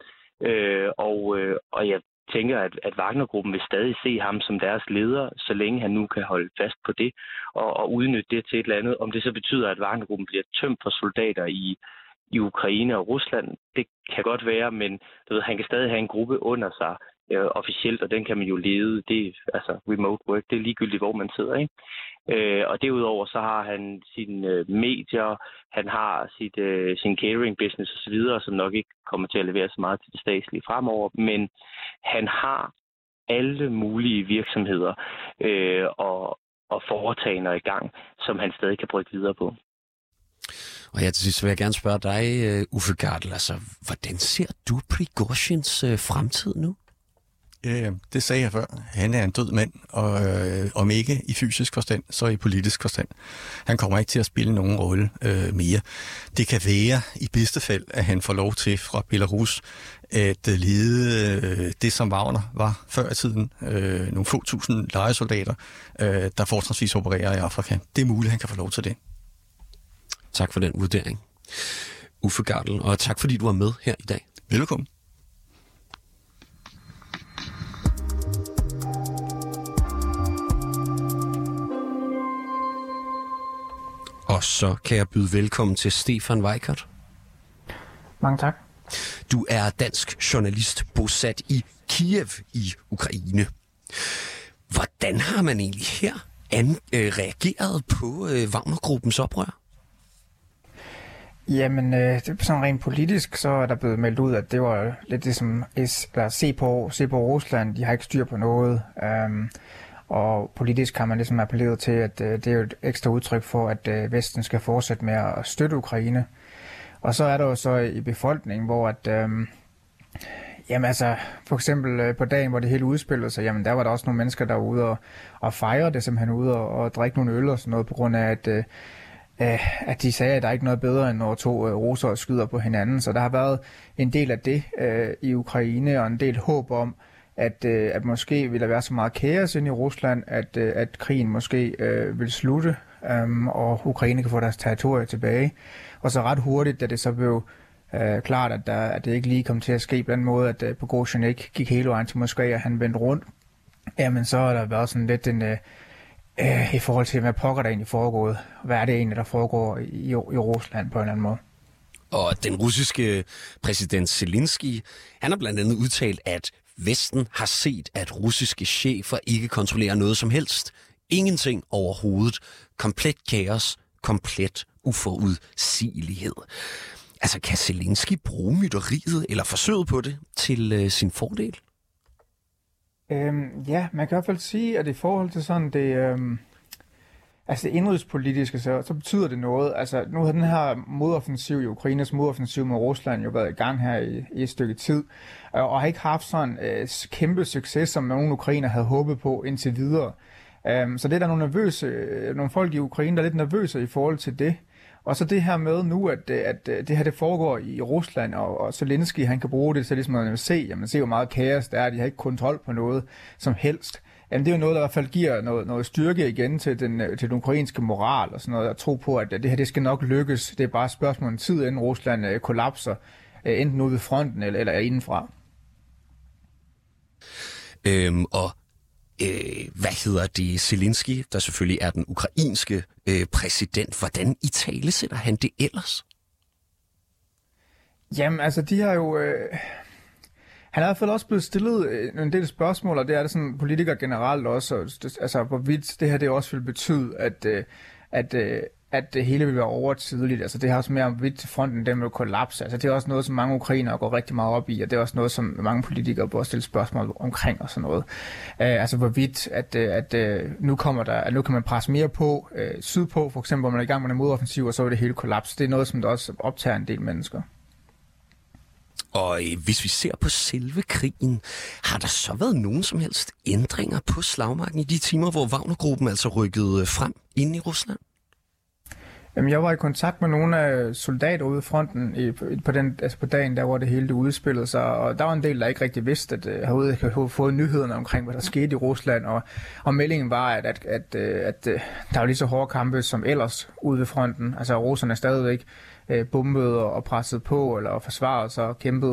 Speaker 3: og jeg tænker, at Wagnergruppen vil stadig se ham som deres leder, så længe han nu kan holde fast på det, og udnytte det til et eller andet. Om det så betyder, at Wagnergruppen bliver tømt for soldater i Ukraine og Rusland, det kan godt være, men han kan stadig have en gruppe under sig officielt, og den kan man jo lede. Det er altså remote work, det er ligegyldigt, hvor man sidder, ikke? Og derudover så har han sine medier, han har sin catering business osv., som nok ikke kommer til at levere så meget til det statslige fremover, men han har alle mulige virksomheder og foretagender i gang, som han stadig kan brygge videre på.
Speaker 2: Og til sidst vil jeg gerne spørge dig, Uffe Gardel, altså, hvordan ser du Prigozhins fremtid nu?
Speaker 6: Det sagde jeg før. Han er en død mand, og om ikke i fysisk forstand, så i politisk forstand. Han kommer ikke til at spille nogen rolle mere. Det kan være i bedste fald, at han får lov til fra Belarus at lede det, som Wagner var før i tiden. Nogle få tusind lejesoldater, der fortrinsvis opererer i Afrika. Det er muligt, han kan få lov til det.
Speaker 2: Tak for den vurdering, Uffe Gardel, og tak fordi du var med her i dag.
Speaker 6: Velkommen.
Speaker 2: Og så kan jeg byde velkommen til Stefan Weikert.
Speaker 7: Mange tak.
Speaker 2: Du er dansk journalist bosat i Kiev i Ukraine. Hvordan har man egentlig her reageret på Wagner-gruppens oprør?
Speaker 7: Jamen, sådan rent politisk, så er der blevet meldt ud, at det var lidt det som se på Rusland, de har ikke styr på noget. Og politisk har man ligesom appelleret til, at det er jo et ekstra udtryk for, at Vesten skal fortsætte med at støtte Ukraine. Og så er der jo så i befolkningen, hvor at, jamen altså, for eksempel på dagen, hvor det hele udspillede sig, jamen der var der også nogle mennesker, der var ude og fejre det, simpelthen ude og drikke nogle øl og sådan noget, på grund af, at de sagde, at der er ikke noget bedre, end når to russere skyder på hinanden. Så der har været en del af det i Ukraine, og en del håb om, at måske vil der være så meget kaos inde i Rusland, at krigen måske vil slutte, og Ukraine kan få deres territorie tilbage. Og så ret hurtigt, da det så blev klart, at det ikke lige kom til at ske på den måde, at Prigozhin ikke gik hele vejen til Moskva, og han vendte rundt, jamen så har der været sådan lidt en i forhold til, hvad pokker der egentlig foregået. Hvad er det egentlig, der foregår i Rusland på en eller anden måde?
Speaker 2: Og den russiske præsident Zelensky, han har blandt andet udtalt, at Vesten har set, at russiske chefer ikke kontrollerer noget som helst. Ingenting overhovedet. Komplet kaos. Komplet uforudsigelighed. Altså, kan Zelensky bruge mytteriet eller forsøget på det til sin fordel?
Speaker 7: Ja, man kan i hvert fald sige, at i forhold til sådan det, altså det indrigspolitiske, så betyder det noget. Altså nu har den her modoffensiv i Ukraines modoffensiv mod Rusland jo været i gang her i et stykke tid, og har ikke haft sådan kæmpe succes, som nogle ukrainer havde håbet på indtil videre. Så det er der nogle folk i Ukraine, der er lidt nervøse i forhold til det. Og så det her med nu, at det her det foregår i Rusland, og Zelensky han kan bruge det til ligesom at se, jamen se hvor meget kaos der er, de har ikke kontrol på noget som helst. Jamen det er jo noget, der i hvert fald giver noget styrke igen til den ukrainske moral og sådan noget, at tro på, at det her det skal nok lykkes. Det er bare et spørgsmål om tid, inden Rusland kollapser, enten ude ved fronten eller indenfra.
Speaker 2: Hvad hedder det? Zelensky, der selvfølgelig er den ukrainske præsident. Hvordan italesætter han det ellers?
Speaker 7: Jamen, altså, de har jo... Han er i hvert fald også blevet stillet en del spørgsmål, og det er det sådan politikere generelt også. Altså, hvorvidt det her det også vil betyde, at det hele vil være over tidligt. Altså det har også mere om, hvorvidt fronten den vil kollapse. Altså det er også noget, som mange ukrainere går rigtig meget op i, og det er også noget, som mange politikere bør stille spørgsmål omkring og sådan noget. Altså hvorvidt, at nu kan man presse mere på sydpå, for eksempel, hvor man er i gang med en modoffensiv, og så vil det hele kollapse. Det er noget, som der også optager en del mennesker.
Speaker 2: Og hvis vi ser på selve krigen, har der så været nogen som helst ændringer på slagmarken i de timer, hvor Wagner-gruppen altså rykkede frem inde i Rusland?
Speaker 7: Jamen, jeg var i kontakt med nogle af soldater ude i fronten på dagen, der hvor det hele det udspillede sig, og der var en del, der ikke rigtig vidste, at havde fået nyhederne omkring, hvad der skete i Rusland, og meldingen var, at der var lige så hårde kampe som ellers ude ved fronten. Altså russerne stadigvæk bombede og pressede på, eller forsvarede sig og kæmpede.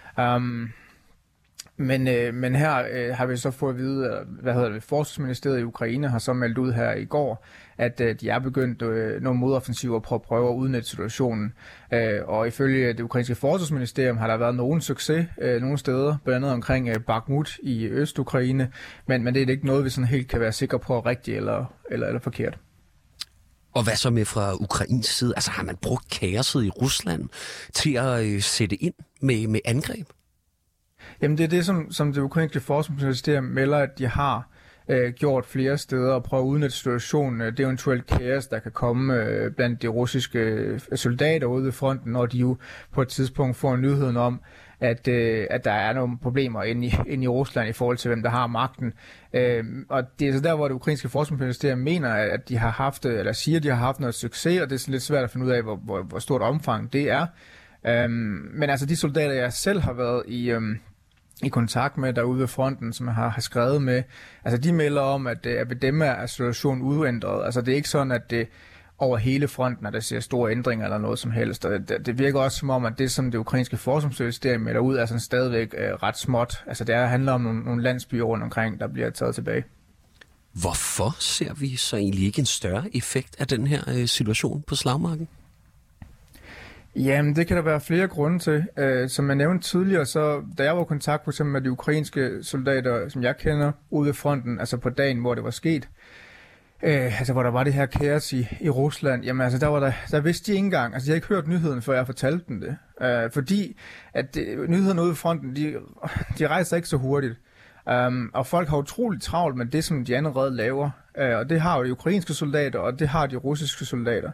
Speaker 7: Men her har vi så fået at vide, Forsvarsministeriet i Ukraine har så meldt ud her i går, at de er begyndt nogle modoffensiver på at prøve at udnytte situationen. Og ifølge det ukrainske forsvarsministerium har der været nogen succes nogle steder, blandt andet omkring Bakhmut i Øst-Ukraine, men det er ikke noget, vi sådan helt kan være sikre på rigtigt eller forkert.
Speaker 2: Og hvad så med fra Ukrains side? Altså har man brugt kaoset i Rusland til at sætte ind med angreb?
Speaker 7: Jamen det er det, som det ukrainske forsvarsministerium melder, at de har. gjort flere steder og prøve at udnytte situationen. Det eventuelt kaos, der kan komme blandt de russiske soldater ude ved fronten, når de jo på et tidspunkt får nyheden om, at der er nogle problemer inde i Rusland i forhold til, hvem der har magten. Og det er så der, hvor det ukrainske forsvarsministerium mener, at de har haft, eller siger, at de har haft noget succes, og det er sådan lidt svært at finde ud af, hvor stort omfang det er. Men altså de soldater, jeg selv har været i kontakt med derude ved fronten, som jeg har skrevet med, altså de melder om, at ved dem er situationen uændret. Altså det er ikke sådan, at det over hele fronten, at der ser store ændringer eller noget som helst. Og det virker også som om, at det, som det ukrainske forsvarsministerium melder ud, er sådan stadigvæk ret småt. Altså det handler om nogle landsbyer rundt omkring, der bliver taget tilbage.
Speaker 2: Hvorfor ser vi så egentlig ikke en større effekt af den her situation på slagmarken?
Speaker 7: Jamen, det kan der være flere grunde til. Som jeg nævnte tidligere, så da jeg var i kontakt for eksempel med de ukrainske soldater, som jeg kender, ude ved fronten, altså på dagen, hvor det var sket, altså hvor der var det her kaos i Rusland, jamen altså der vidste de ikke engang, altså de havde ikke hørt nyheden, før jeg fortalte dem det. Fordi at nyhederne ude ved fronten, de rejser ikke så hurtigt. Og folk har utroligt travlt med det, som de allerede laver. Og det har jo de ukrainske soldater, og det har de russiske soldater.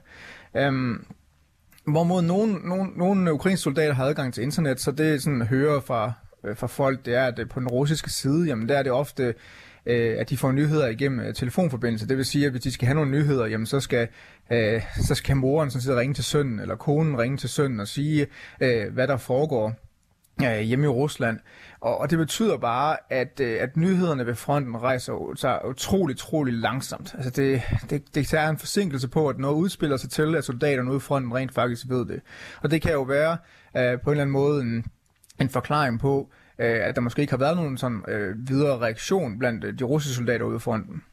Speaker 7: Hvorimod nogle ukrainske soldater har adgang til internet, så det sådan hører fra folk, det er, at på den russiske side, jamen der er det ofte, at de får nyheder igennem telefonforbindelse. Det vil sige, at hvis de skal have nogle nyheder, jamen så skal moren sådan set ringe til sønnen, eller konen ringe til sønnen og sige, hvad der foregår hjemme i Rusland. Og det betyder bare, at nyhederne ved fronten rejser sig utroligt langsomt. Altså det tager en forsinkelse på, at noget udspiller sig til, at soldaterne ude i fronten rent faktisk ved det. Og det kan jo være på en eller anden måde en forklaring på, at der måske ikke har været nogen sådan videre reaktion blandt de russiske soldater ude i fronten.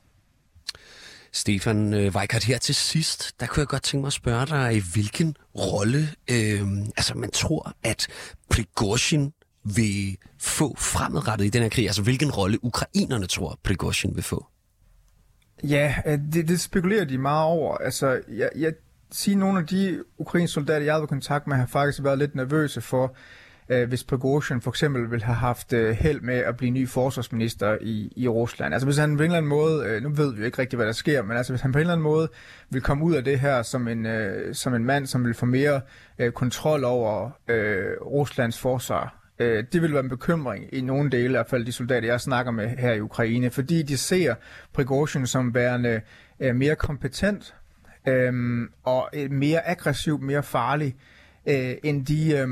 Speaker 2: Stefan Weikart, her til sidst, der kunne jeg godt tænke mig at spørge dig, hvilken rolle man tror, at Prigozhin vil få fremadrettet i den her krig? Altså hvilken rolle ukrainerne tror, Prigozhin vil få?
Speaker 7: Ja, det spekulerer de meget over. Altså, jeg siger, nogle af de ukrainske soldater, jeg har været i kontakt med, har faktisk været lidt nervøse for, hvis Prigozhin for eksempel ville have haft held med at blive ny forsvarsminister i Rusland. Altså hvis han på en eller anden måde, nu ved vi jo ikke rigtig, hvad der sker, men altså hvis han på en eller anden måde vil komme ud af det her som en mand, som vil få mere kontrol over Ruslands forsvar, det vil være en bekymring i nogle dele, i hvert fald de soldater, jeg snakker med her i Ukraine, fordi de ser Prigozhin som værende mere kompetent og mere aggressiv, mere farlig end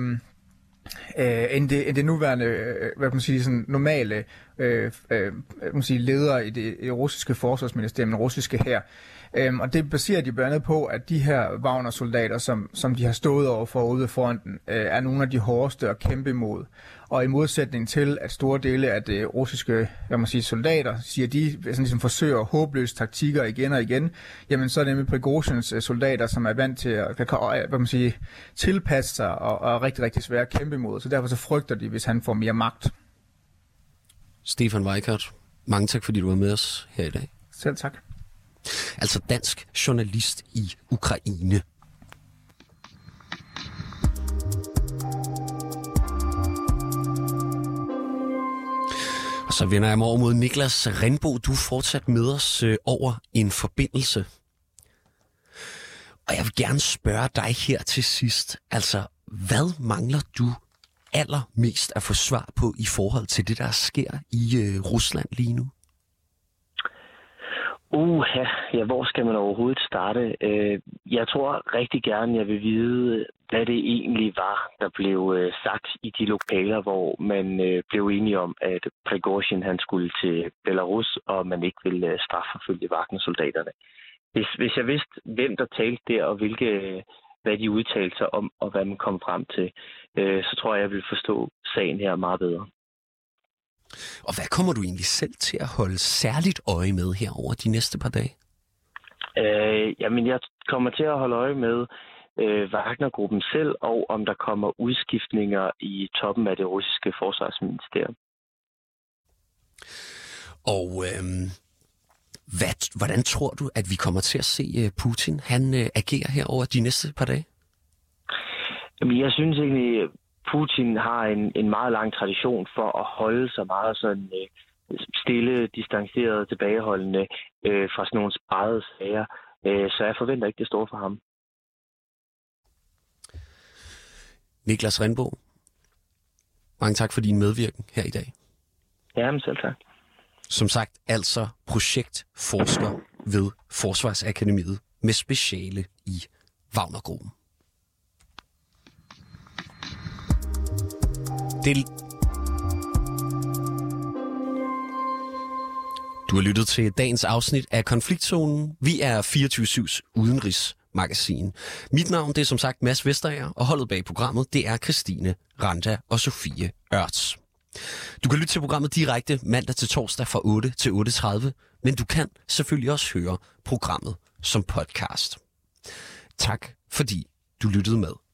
Speaker 7: det nuværende, hvad kan man sige, sådan normale ledere i det russiske forsvarsministerium, den russiske hær. Og det baserer de blandt andet på, at de her Wagner-soldater, som de har stået over for ude ved fronten, er nogle af de hårdeste at kæmpe imod. Og i modsætning til, at store dele af det russiske soldater, siger de, sådan ligesom forsøger håbløse taktikker igen og igen, jamen så er det nemlig Prigozhins soldater, som er vant til at tilpasse sig og er rigtig, rigtig svære at kæmpe imod. Så derfor så frygter de, hvis han får mere magt.
Speaker 2: Stefan Weikart, mange tak, fordi du var med os her i dag.
Speaker 7: Selv tak.
Speaker 2: Altså dansk journalist i Ukraine. Og så vender jeg mig over mod Niklas Rindbo. Du er fortsat med os over en forbindelse. Og jeg vil gerne spørge dig her til sidst. Altså, hvad mangler du allermest at få svar på i forhold til det, der sker i Rusland lige nu?
Speaker 3: Ja, hvor skal man overhovedet starte? Jeg tror rigtig gerne, jeg vil vide, hvad det egentlig var, der blev sagt i de lokaler, hvor man blev enige om, at Prigozhin han skulle til Belarus, og man ikke ville strafforfølge Wagner-soldaterne. Hvis jeg vidste, hvem der talte der, og hvad de udtalte sig om, og hvad man kom frem til, så tror jeg ville forstå sagen her meget bedre.
Speaker 2: Og hvad kommer du egentlig selv til at holde særligt øje med her over de næste par dage?
Speaker 3: Jamen, jeg kommer til at holde øje med Wagner-gruppen selv, og om der kommer udskiftninger i toppen af det russiske forsvarsministerium.
Speaker 2: Og hvordan tror du, at vi kommer til at se Putin han agere her over de næste par dage?
Speaker 3: Jamen, jeg synes egentlig, Putin har en meget lang tradition for at holde sig meget sådan stille, distanceret, tilbageholdende fra sådan nogle spredede sager. Så jeg forventer ikke det store for ham.
Speaker 2: Niklas Rindbo, mange tak for din medvirken her i dag.
Speaker 3: Ja, men selv tak.
Speaker 2: Som sagt, altså projektforsker ved Forsvarsakademiet med speciale i Wagnergruppen. Du har lyttet til dagens afsnit af Konfliktzonen. Vi er 24/7's udenrigsmagasin. Mit navn det er som sagt Mads Vesterager, og holdet bag programmet det er Christine Randa og Sofie Ørts. Du kan lytte til programmet direkte mandag til torsdag fra 8 til 8:30, men du kan selvfølgelig også høre programmet som podcast. Tak fordi du lyttede med.